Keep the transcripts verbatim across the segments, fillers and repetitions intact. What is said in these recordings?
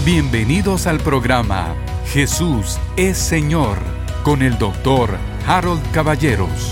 Bienvenidos al programa Jesús es Señor con el doctor Harold Caballeros.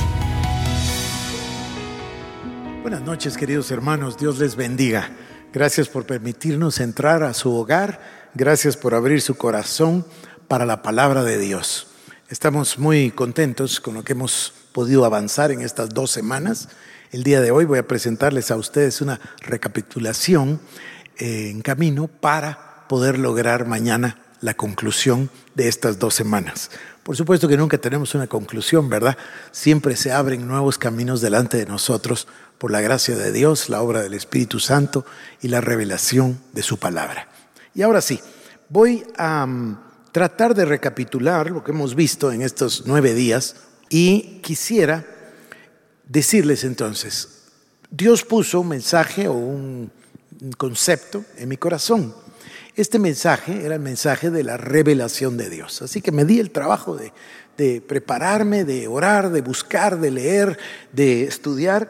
Buenas noches, queridos hermanos, Dios les bendiga. Gracias por permitirnos entrar a su hogar, gracias por abrir su corazón para la palabra de Dios. Estamos muy contentos con lo que hemos podido avanzar en estas dos semanas. El día de hoy voy a presentarles a ustedes una recapitulación eh, en camino para poder lograr mañana la conclusión de estas dos semanas. Por supuesto que nunca tenemos una conclusión, ¿verdad? Siempre se abren nuevos caminos delante de nosotros por la gracia de Dios, la obra del Espíritu Santo y la revelación de su palabra. Y ahora sí, voy a um, tratar de recapitular lo que hemos visto en estos nueve días y quisiera decirles entonces, Dios puso un mensaje o un, un concepto en mi corazón. Este mensaje era el mensaje de la revelación de Dios. Así que me di el trabajo de, de prepararme, de orar, de buscar, de leer, de estudiar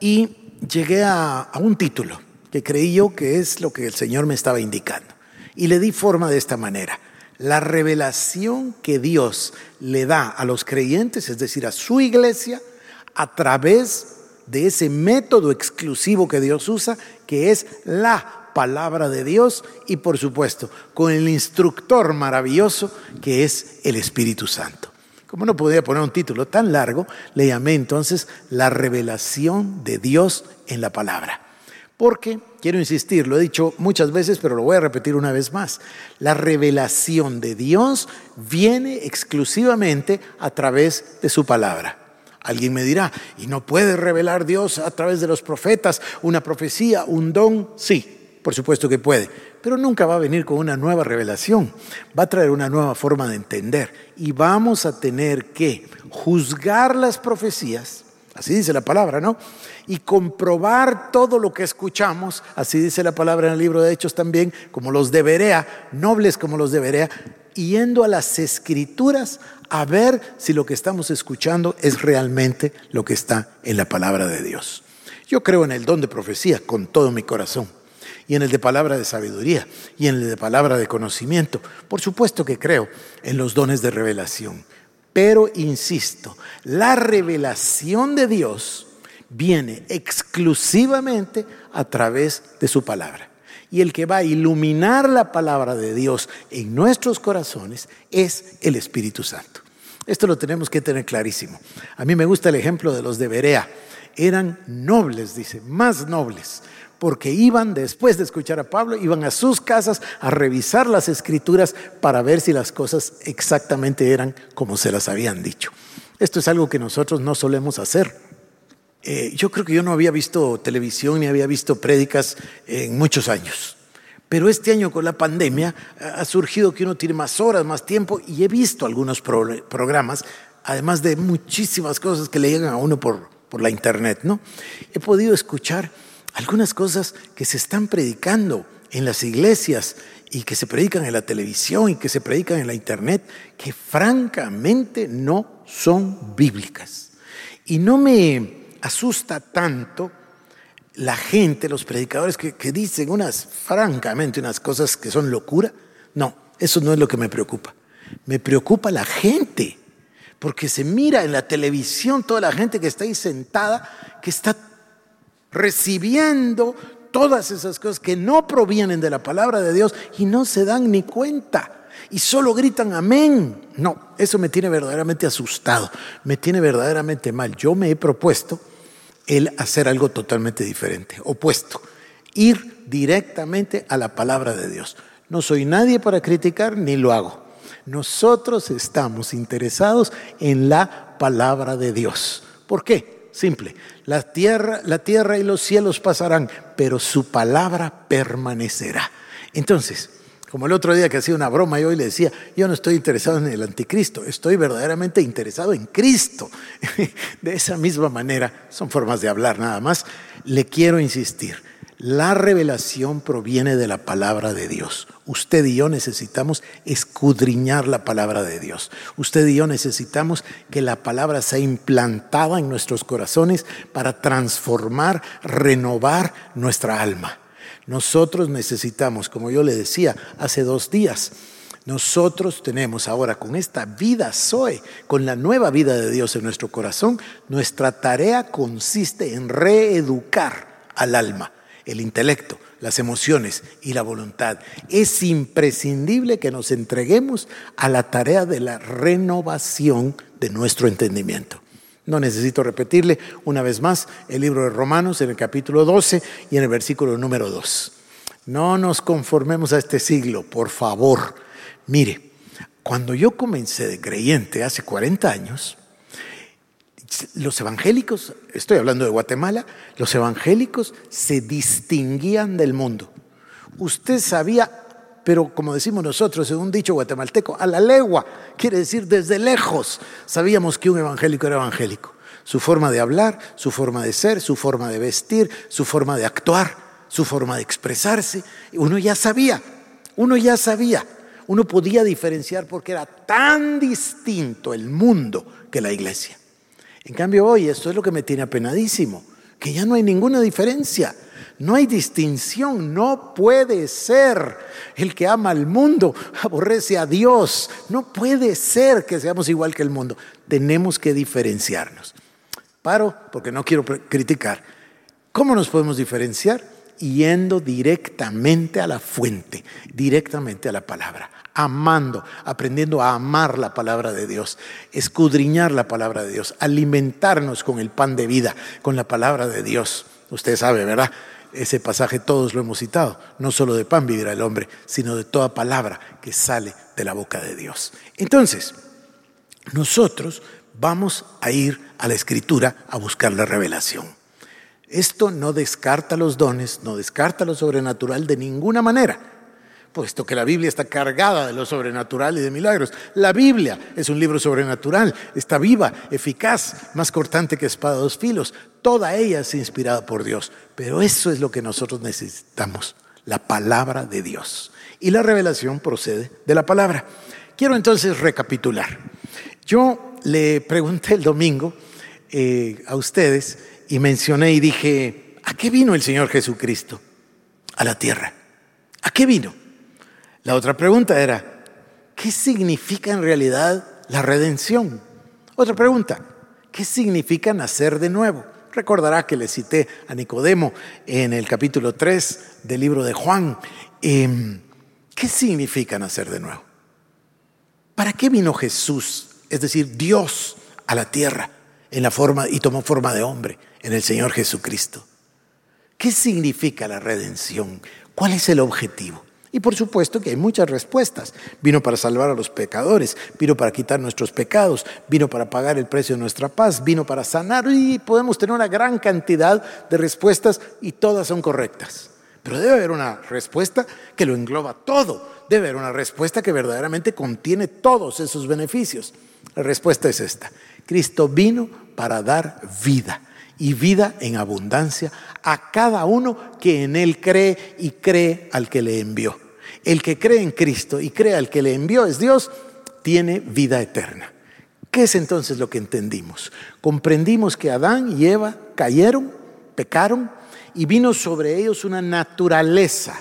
y llegué a, a un título que creí yo que es lo que el Señor me estaba indicando. Y le di forma de esta manera. La revelación que Dios le da a los creyentes, es decir, a su iglesia, a través de ese método exclusivo que Dios usa, que es la palabra de Dios y por supuesto con el instructor maravilloso que es el Espíritu Santo. Como no podía poner un título tan largo, le llamé entonces la revelación de Dios en la palabra. Porque, quiero insistir, lo he dicho muchas veces, pero lo voy a repetir una vez más. La revelación de Dios viene exclusivamente a través de su palabra. Alguien me dirá, ¿y no puede revelar Dios a través de los profetas una profecía, un don? Sí. Por supuesto que puede, pero nunca va a venir con una nueva revelación. Va a traer una nueva forma de entender y vamos a tener que juzgar las profecías, así dice la palabra, ¿no? Y comprobar todo lo que escuchamos, así dice la palabra en el libro de Hechos también, como los de Berea, nobles como los de Berea, yendo a las Escrituras a ver si lo que estamos escuchando es realmente lo que está en la palabra de Dios. Yo creo en el don de profecía con todo mi corazón. Y en el de palabra de sabiduría, y en el de palabra de conocimiento. Por supuesto que creo en los dones de revelación. Pero, insisto, la revelación de Dios viene exclusivamente a través de su palabra. Y el que va a iluminar la palabra de Dios en nuestros corazones es el Espíritu Santo. Esto lo tenemos que tener clarísimo. A mí me gusta el ejemplo de los de Berea. Eran nobles, dice, más nobles. Porque iban, después de escuchar a Pablo, iban a sus casas a revisar las Escrituras para ver si las cosas exactamente eran como se las habían dicho. Esto es algo que nosotros no solemos hacer. Eh, yo creo que yo no había visto televisión ni había visto prédicas en muchos años. Pero este año con la pandemia ha surgido que uno tiene más horas, más tiempo y he visto algunos pro- programas, además de muchísimas cosas que le llegan a uno por, por la internet, ¿no? He podido escuchar algunas cosas que se están predicando en las iglesias y que se predican en la televisión y que se predican en la internet que francamente no son bíblicas. Y no me asusta tanto la gente, los predicadores que, que dicen unas, francamente, unas cosas que son locura. No, eso no es lo que me preocupa. Me preocupa la gente, porque se mira en la televisión toda la gente que está ahí sentada, que está recibiendo todas esas cosas que no provienen de la palabra de Dios y no se dan ni cuenta y solo gritan amén. No, eso me tiene verdaderamente asustado, me tiene verdaderamente mal. Yo me he propuesto el hacer algo totalmente diferente, opuesto, ir directamente a la palabra de Dios. No soy nadie para criticar ni lo hago. Nosotros estamos interesados en la palabra de Dios. ¿Por qué? Simple, la tierra, la tierra y los cielos pasarán, pero su palabra permanecerá. Entonces, como el otro día que hacía una broma yo y le decía, yo no estoy interesado en el anticristo, estoy verdaderamente interesado en Cristo. De esa misma manera, son formas de hablar nada más, le quiero insistir. La revelación proviene de la palabra de Dios. Usted y yo necesitamos escudriñar la palabra de Dios. Usted y yo necesitamos que la palabra sea implantada en nuestros corazones para transformar, renovar nuestra alma. Nosotros necesitamos, como yo le decía hace dos días, nosotros tenemos ahora con esta vida Zoe, con la nueva vida de Dios en nuestro corazón, nuestra tarea consiste en reeducar al alma, el intelecto, las emociones y la voluntad. Es imprescindible que nos entreguemos a la tarea de la renovación de nuestro entendimiento. No necesito repetirle una vez más el libro de Romanos en el capítulo doce y en el versículo número dos. No nos conformemos a este siglo, por favor. Mire, cuando yo comencé de creyente hace cuarenta años, los evangélicos, estoy hablando de Guatemala, los evangélicos se distinguían del mundo. Usted sabía, pero como decimos nosotros en un dicho guatemalteco, a la legua, quiere decir desde lejos, sabíamos que un evangélico era evangélico. Su forma de hablar, su forma de ser, su forma de vestir, su forma de actuar, su forma de expresarse, uno ya sabía, uno ya sabía. Uno podía diferenciar porque era tan distinto el mundo que la iglesia. En cambio hoy, esto es lo que me tiene apenadísimo, que ya no hay ninguna diferencia, no hay distinción, no puede ser. El que ama al mundo aborrece a Dios, no puede ser que seamos igual que el mundo. Tenemos que diferenciarnos. Paro porque no quiero criticar. ¿Cómo nos podemos diferenciar? Yendo directamente a la fuente, directamente a la palabra. Amando, aprendiendo a amar la palabra de Dios, escudriñar la palabra de Dios, alimentarnos con el pan de vida, con la palabra de Dios. Usted sabe, ¿verdad? Ese pasaje todos lo hemos citado. No solo de pan vivirá el hombre, sino de toda palabra que sale de la boca de Dios. Entonces, nosotros vamos a ir a la Escritura a buscar la revelación. Esto no descarta los dones, no descarta lo sobrenatural de ninguna manera, puesto que la Biblia está cargada de lo sobrenatural y de milagros. La Biblia es un libro sobrenatural, está viva, eficaz, más cortante que espada de dos filos. Toda ella es inspirada por Dios, pero eso es lo que nosotros necesitamos, la palabra de Dios. Y la revelación procede de la palabra. Quiero entonces recapitular. Yo le pregunté el domingo eh, a ustedes y mencioné y dije, ¿a qué vino el Señor Jesucristo a la tierra? ¿A qué vino? La otra pregunta era, ¿qué significa en realidad la redención? Otra pregunta, ¿qué significa nacer de nuevo? Recordará que le cité a Nicodemo en el capítulo tres del libro de Juan. Eh, ¿Qué significa nacer de nuevo? ¿Para qué vino Jesús, es decir, Dios, a la tierra en la forma y tomó forma de hombre en el Señor Jesucristo? ¿Qué significa la redención? ¿Cuál es el objetivo? Y por supuesto que hay muchas respuestas. Vino para salvar a los pecadores, vino para quitar nuestros pecados, vino para pagar el precio de nuestra paz, vino para sanar, y podemos tener una gran cantidad de respuestas y todas son correctas. Pero debe haber una respuesta que lo engloba todo, debe haber una respuesta que verdaderamente contiene todos esos beneficios. La respuesta es esta: Cristo vino para dar vida, y vida en abundancia a cada uno que en Él cree y cree al que le envió. El que cree en Cristo y cree al que le envió, es Dios, tiene vida eterna. ¿Qué es entonces lo que entendimos? Comprendimos que Adán y Eva cayeron, pecaron, y vino sobre ellos una naturaleza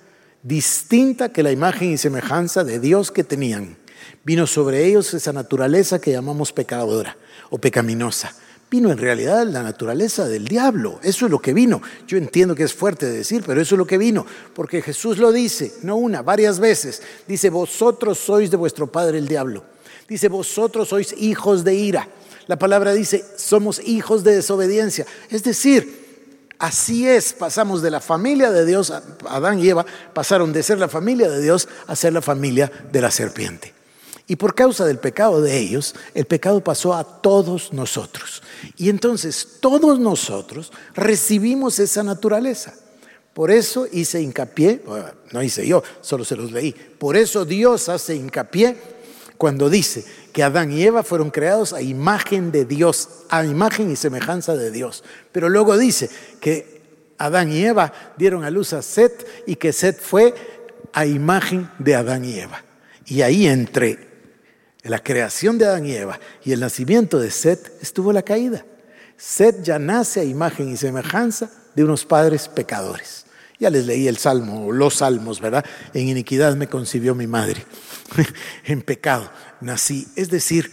distinta que la imagen y semejanza de Dios que tenían. Vino sobre ellos esa naturaleza que llamamos pecadora o pecaminosa. Vino en realidad la naturaleza del diablo. Eso es lo que vino. Yo entiendo que es fuerte de decir, pero eso es lo que vino. Porque Jesús lo dice, no una, varias veces. Dice, vosotros sois de vuestro padre el diablo. Dice, vosotros sois hijos de ira. La palabra dice, somos hijos de desobediencia. Es decir, así es, pasamos de la familia de Dios, Adán y Eva pasaron de ser la familia de Dios a ser la familia de la serpiente. Y por causa del pecado de ellos, el pecado pasó a todos nosotros. Y entonces todos nosotros recibimos esa naturaleza. Por eso hice hincapié, no hice yo, solo se los leí. Por eso Dios hace hincapié cuando dice que Adán y Eva fueron creados a imagen de Dios, a imagen y semejanza de Dios. Pero luego dice que Adán y Eva dieron a luz a Set y que Set fue a imagen de Adán y Eva. Y ahí entre la creación de Adán y Eva y el nacimiento de Set estuvo la caída. Set ya nace a imagen y semejanza de unos padres pecadores. Ya les leí el salmo, o los salmos, ¿verdad? En iniquidad me concibió mi madre, en pecado nací. Es decir,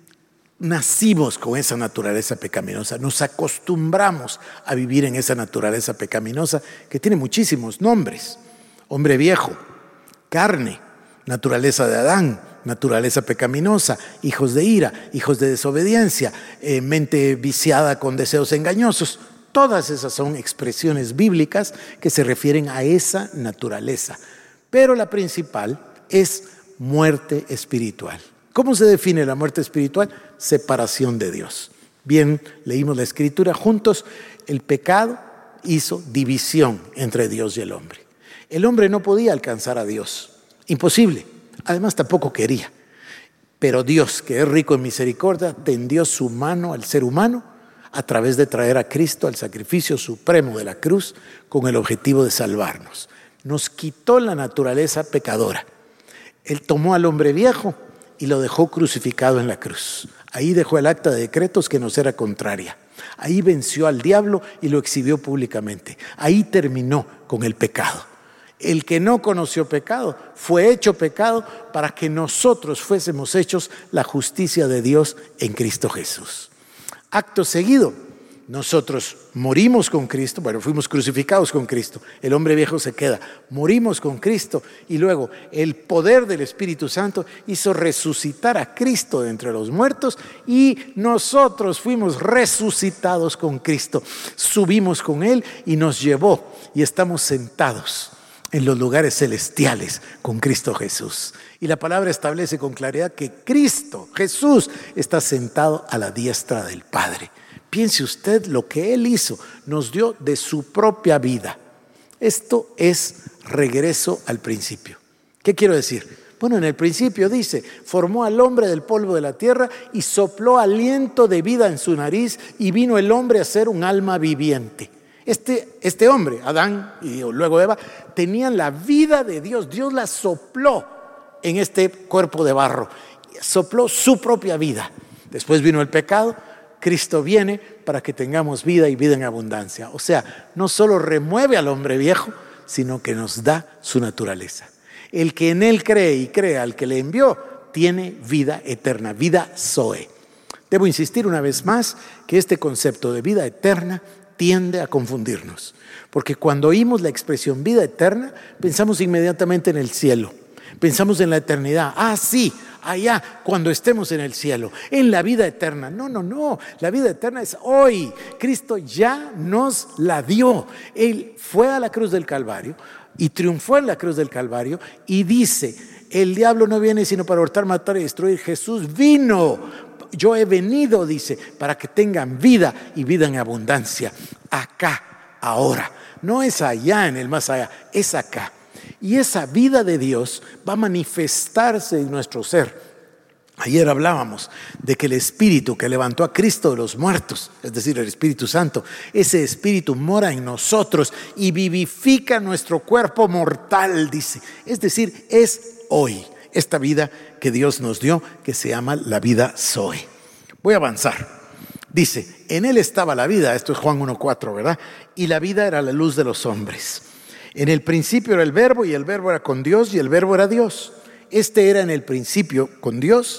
nacimos con esa naturaleza pecaminosa, nos acostumbramos a vivir en esa naturaleza pecaminosa que tiene muchísimos nombres. Hombre viejo, carne, naturaleza de Adán, naturaleza pecaminosa, hijos de ira, hijos de desobediencia, eh, mente viciada con deseos engañosos. Todas esas son expresiones bíblicas que se refieren a esa naturaleza. Pero la principal es muerte espiritual. ¿Cómo se define la muerte espiritual? Separación de Dios. Bien, leímos la Escritura juntos. El pecado hizo división entre Dios y el hombre. El hombre no podía alcanzar a Dios. Imposible. Además, tampoco quería. Pero Dios, que es rico en misericordia, tendió su mano al ser humano a través de traer a Cristo al sacrificio supremo de la cruz con el objetivo de salvarnos. Nos quitó la naturaleza pecadora. Él tomó al hombre viejo y lo dejó crucificado en la cruz. Ahí dejó el acta de decretos que nos era contraria. Ahí venció al diablo y lo exhibió públicamente. Ahí terminó con el pecado. El que no conoció pecado fue hecho pecado para que nosotros fuésemos hechos la justicia de Dios en Cristo Jesús. Acto seguido, nosotros morimos con Cristo, bueno, fuimos crucificados con Cristo, el hombre viejo se queda, morimos con Cristo y luego el poder del Espíritu Santo hizo resucitar a Cristo de entre los muertos y nosotros fuimos resucitados con Cristo, subimos con Él y nos llevó y estamos sentados en los lugares celestiales con Cristo Jesús. Y la palabra establece con claridad que Cristo, Jesús, está sentado a la diestra del Padre. Piense usted lo que Él hizo, nos dio de su propia vida. Esto es regreso al principio. ¿Qué quiero decir? Bueno, en el principio dice, formó al hombre del polvo de la tierra y sopló aliento de vida en su nariz y vino el hombre a ser un alma viviente. Este, este hombre, Adán y luego Eva, tenían la vida de Dios. Dios la sopló en este cuerpo de barro. Sopló su propia vida. Después vino el pecado. Cristo viene para que tengamos vida y vida en abundancia. O sea, no solo remueve al hombre viejo, sino que nos da su naturaleza. El que en Él cree y cree al que le envió, tiene vida eterna, vida Zoe. Debo insistir una vez más que este concepto de vida eterna tiende a confundirnos, porque cuando oímos la expresión vida eterna, pensamos inmediatamente en el cielo, pensamos en la eternidad. Ah, sí, allá, cuando estemos en el cielo, en la vida eterna. No, no, no, la vida eterna es hoy. Cristo ya nos la dio. Él fue a la cruz del Calvario y triunfó en la cruz del Calvario y dice, el diablo no viene sino para hurtar, matar y destruir. Jesús vino. Yo he venido, dice, para que tengan vida y vida en abundancia. Acá, ahora. No es allá en el más allá, es acá. Y esa vida de Dios va a manifestarse en nuestro ser. Ayer hablábamos de que el Espíritu que levantó a Cristo de los muertos, es decir, el Espíritu Santo, ese Espíritu mora en nosotros y vivifica nuestro cuerpo mortal, dice. Es decir, es hoy. Esta vida que Dios nos dio, que se llama la vida Zoe. Voy a avanzar. Dice, en Él estaba la vida, esto es Juan uno cuatro, ¿verdad? Y la vida era la luz de los hombres. En el principio era el verbo y el verbo era con Dios y el verbo era Dios. Este era en el principio con Dios.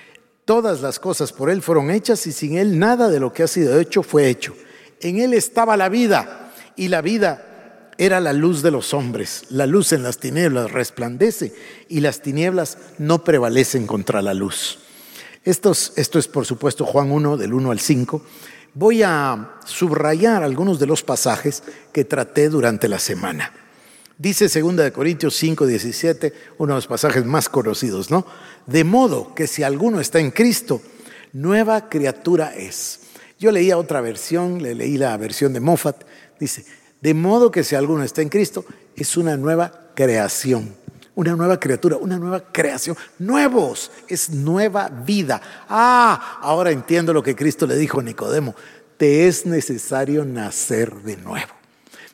Todas las cosas por Él fueron hechas y sin Él nada de lo que ha sido hecho fue hecho. En Él estaba la vida y la vida era la luz de los hombres. La luz en las tinieblas resplandece y las tinieblas no prevalecen contra la luz. Estos, esto es por supuesto Juan uno del uno al cinco. Voy a subrayar algunos de los pasajes que traté durante la semana. Dice segunda de Corintios cinco diecisiete, uno de los pasajes más conocidos, ¿no? De modo que si alguno está en Cristo, nueva criatura es. Yo leía otra versión, le leí la versión de Moffat, dice, de modo que si alguno está en Cristo, es una nueva creación, una nueva criatura, una nueva creación, nuevos, es nueva vida. Ah, ahora entiendo lo que Cristo le dijo a Nicodemo, te es necesario nacer de nuevo.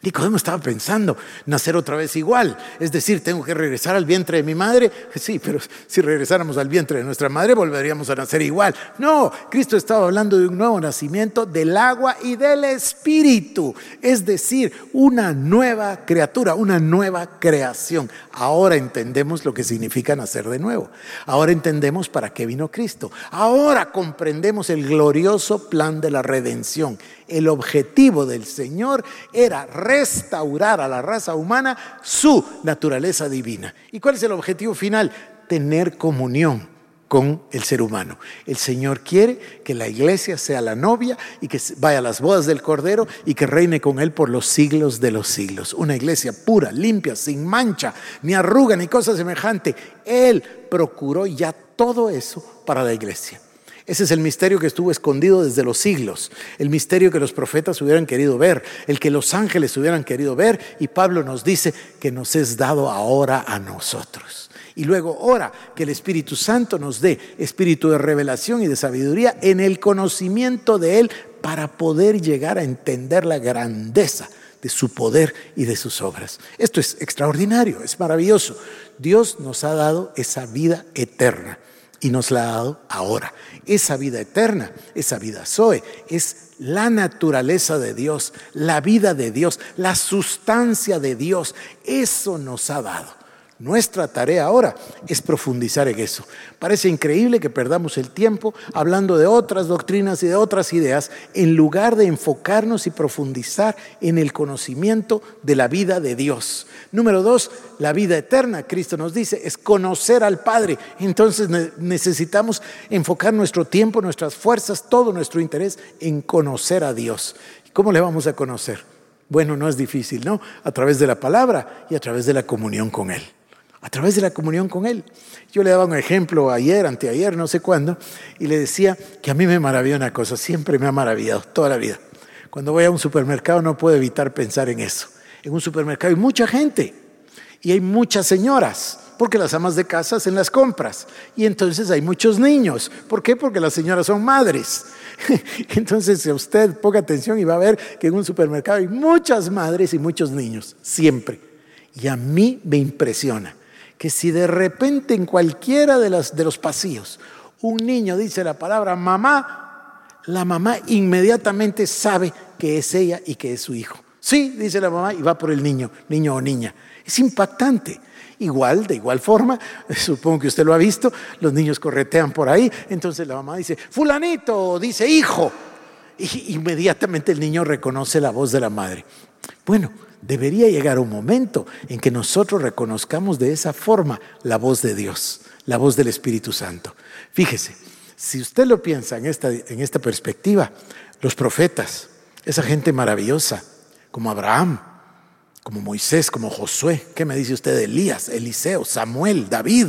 Nicodemo estaba pensando, nacer otra vez igual, es decir, tengo que regresar al vientre de mi madre. Sí, pero si regresáramos al vientre de nuestra madre volveríamos a nacer igual. No, Cristo estaba hablando de un nuevo nacimiento del agua y del Espíritu, es decir, una nueva criatura, una nueva creación. Ahora entendemos lo que significa nacer de nuevo, ahora entendemos para qué vino Cristo, ahora comprendemos el glorioso plan de la redención. El objetivo del Señor era restaurar a la raza humana su naturaleza divina. ¿Y cuál es el objetivo final? Tener comunión con el ser humano. El Señor quiere que la iglesia sea la novia y que vaya a las bodas del Cordero y que reine con Él por los siglos de los siglos. Una iglesia pura, limpia, sin mancha, ni arruga, ni cosa semejante. Él procuró ya todo eso para la iglesia. Ese es el misterio que estuvo escondido desde los siglos, el misterio que los profetas hubieran querido ver, el que los ángeles hubieran querido ver, y Pablo nos dice que nos es dado ahora a nosotros. Y luego ora que el Espíritu Santo nos dé espíritu de revelación y de sabiduría en el conocimiento de Él para poder llegar a entender la grandeza de su poder y de sus obras. Esto es extraordinario, es maravilloso. Dios nos ha dado esa vida eterna. Y nos la ha dado ahora. Esa vida eterna, esa vida Zoe, es la naturaleza de Dios, la vida de Dios, la sustancia de Dios. Eso nos ha dado. Nuestra tarea ahora es profundizar en eso. Parece increíble que perdamos el tiempo hablando de otras doctrinas y de otras ideas en lugar de enfocarnos y profundizar en el conocimiento de la vida de Dios. Número dos, la vida eterna, Cristo nos dice, es conocer al Padre. Entonces necesitamos enfocar nuestro tiempo, nuestras fuerzas, todo nuestro interés en conocer a Dios. ¿Cómo le vamos a conocer? Bueno, no es difícil, ¿no? A través de la palabra y a través de la comunión con Él. A través de la comunión con Él. Yo le daba un ejemplo ayer, anteayer, no sé cuándo, y le decía que a mí me maravilla una cosa, siempre me ha maravillado, toda la vida. Cuando voy a un supermercado no puedo evitar pensar en eso. En un supermercado hay mucha gente y hay muchas señoras, porque las amas de casa hacen las compras. Y entonces hay muchos niños. ¿Por qué? Porque las señoras son madres. Entonces, si usted ponga atención y va a ver que en un supermercado hay muchas madres y muchos niños, siempre. Y a mí me impresiona que si de repente en cualquiera de, las, de los pasillos un niño dice la palabra mamá, la mamá inmediatamente sabe que es ella y que es su hijo. Sí, dice la mamá y va por el niño, niño o niña. Es impactante. Igual, de igual forma, supongo que usted lo ha visto, los niños corretean por ahí, entonces la mamá dice, fulanito, dice hijo. Y inmediatamente el niño reconoce la voz de la madre. Bueno, debería llegar un momento en que nosotros reconozcamos de esa forma la voz de Dios, la voz del Espíritu Santo. Fíjese, si usted lo piensa en esta, en esta perspectiva, los profetas, esa gente maravillosa, como Abraham, como Moisés, como Josué, ¿qué me dice usted de Elías, Eliseo, Samuel, David?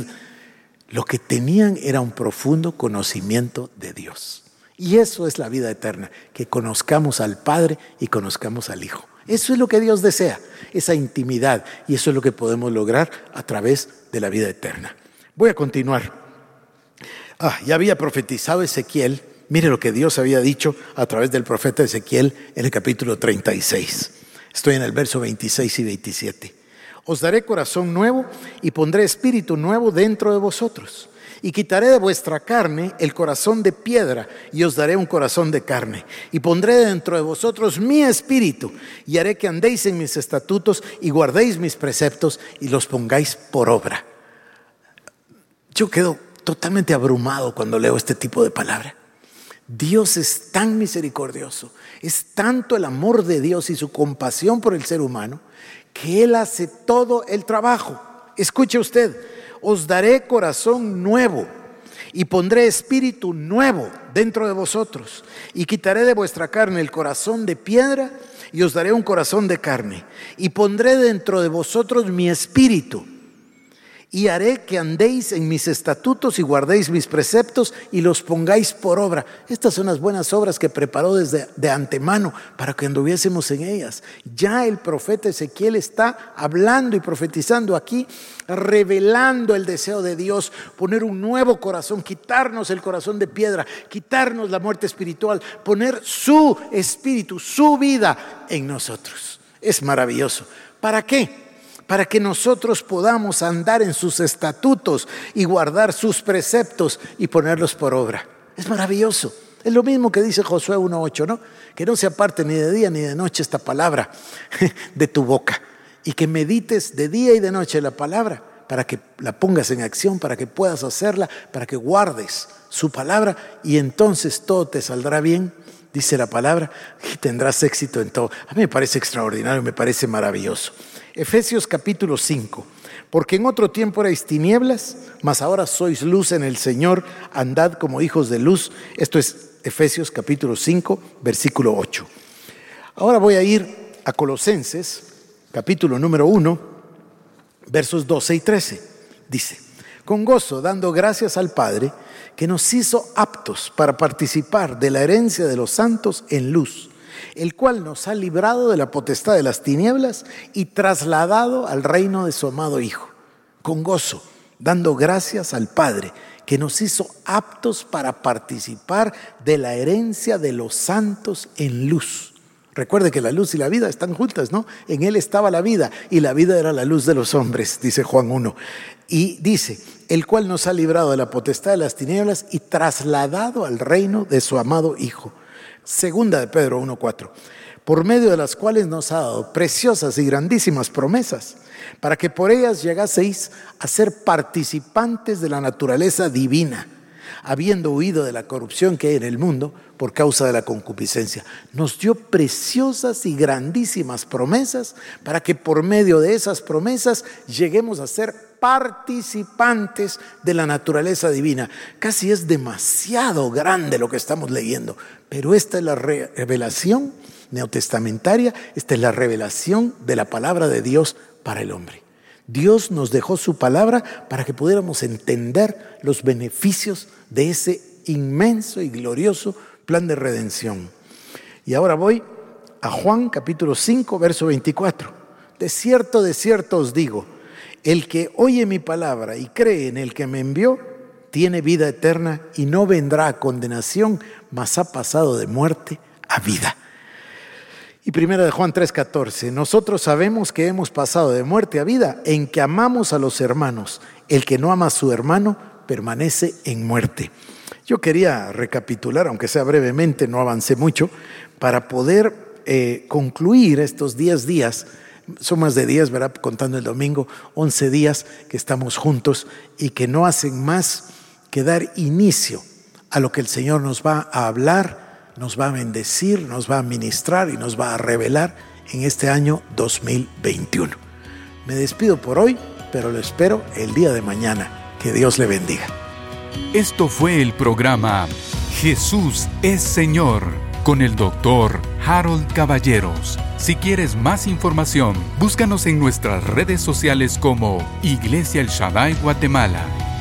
Lo que tenían era un profundo conocimiento de Dios. Y eso es la vida eterna, que conozcamos al Padre y conozcamos al Hijo. Eso es lo que Dios desea, esa intimidad, y eso es lo que podemos lograr a través de la vida eterna. Voy a continuar. Ah, ya había profetizado Ezequiel. Mire lo que Dios había dicho a través del profeta Ezequiel en el capítulo treinta y seis. Estoy en el verso veintiséis y veintisiete. Os daré corazón nuevo y pondré espíritu nuevo dentro de vosotros. Y quitaré de vuestra carne el corazón de piedra y os daré un corazón de carne. Y pondré dentro de vosotros mi espíritu y haré que andéis en mis estatutos y guardéis mis preceptos y los pongáis por obra. Yo quedo totalmente abrumado cuando leo este tipo de palabra. Dios es tan misericordioso, es tanto el amor de Dios y su compasión por el ser humano que Él hace todo el trabajo. Escuche usted, os daré corazón nuevo y pondré espíritu nuevo dentro de vosotros y quitaré de vuestra carne el corazón de piedra y os daré un corazón de carne y pondré dentro de vosotros mi espíritu y haré que andéis en mis estatutos y guardéis mis preceptos y los pongáis por obra. Estas son las buenas obras que preparó desde de antemano para que anduviésemos en ellas. Ya el profeta Ezequiel está hablando y profetizando aquí, revelando el deseo de Dios, poner un nuevo corazón, quitarnos el corazón de piedra, quitarnos la muerte espiritual, poner su espíritu, su vida en nosotros. Es maravilloso. ¿Para qué? Para que nosotros podamos andar en sus estatutos y guardar sus preceptos y ponerlos por obra. Es maravilloso. Es lo mismo que dice Josué uno ocho, ¿no? Que no se aparte ni de día ni de noche esta palabra de tu boca, y que medites de día y de noche la palabra, para que la pongas en acción, para que puedas hacerla, para que guardes su palabra, y entonces todo te saldrá bien, dice la palabra, y tendrás éxito en todo. A mí me parece extraordinario, me parece maravilloso. Efesios capítulo cinco. Porque en otro tiempo erais tinieblas, mas ahora sois luz en el Señor, andad como hijos de luz. Esto es Efesios capítulo cinco, versículo ocho. Ahora voy a ir a Colosenses, capítulo número uno, versos doce y trece. Dice: con gozo, dando gracias al Padre, que nos hizo aptos para participar de la herencia de los santos en luz, el cual nos ha librado de la potestad de las tinieblas y trasladado al reino de su amado Hijo. Con gozo, dando gracias al Padre, que nos hizo aptos para participar de la herencia de los santos en luz. Recuerde que la luz y la vida están juntas, ¿no? En Él estaba la vida, y la vida era la luz de los hombres, dice Juan uno. Y dice: el cual nos ha librado de la potestad de las tinieblas y trasladado al reino de su amado Hijo. Segunda de Pedro uno cuatro, por medio de las cuales nos ha dado preciosas y grandísimas promesas, para que por ellas llegaseis a ser participantes de la naturaleza divina, habiendo huido de la corrupción que hay en el mundo por causa de la concupiscencia. Nos dio preciosas y grandísimas promesas para que por medio de esas promesas lleguemos a ser participantes de la naturaleza divina. Casi es demasiado grande lo que estamos leyendo, pero esta es la revelación neotestamentaria, esta es la revelación de la palabra de Dios para el hombre. Dios nos dejó su palabra para que pudiéramos entender los beneficios de ese inmenso y glorioso plan de redención. Y ahora voy a Juan capítulo cinco, verso veinticuatro. De cierto, de cierto os digo, el que oye mi palabra y cree en el que me envió, tiene vida eterna y no vendrá a condenación, mas ha pasado de muerte a vida. Y primera de Juan tres catorce, nosotros sabemos que hemos pasado de muerte a vida en que amamos a los hermanos. El que no ama a su hermano permanece en muerte. Yo quería recapitular, aunque sea brevemente, no avancé mucho, para poder eh, concluir estos diez días. Son más de diez, ¿verdad? Contando el domingo, once días que estamos juntos y que no hacen más que dar inicio a lo que el Señor nos va a hablar, nos va a bendecir, nos va a ministrar y nos va a revelar en este año dos mil veintiuno. Me despido por hoy, pero lo espero el día de mañana. Que Dios le bendiga. Esto fue el programa Jesús es Señor con el doctor Harold Caballeros. Si quieres más información, búscanos en nuestras redes sociales como Iglesia El Shaddai Guatemala.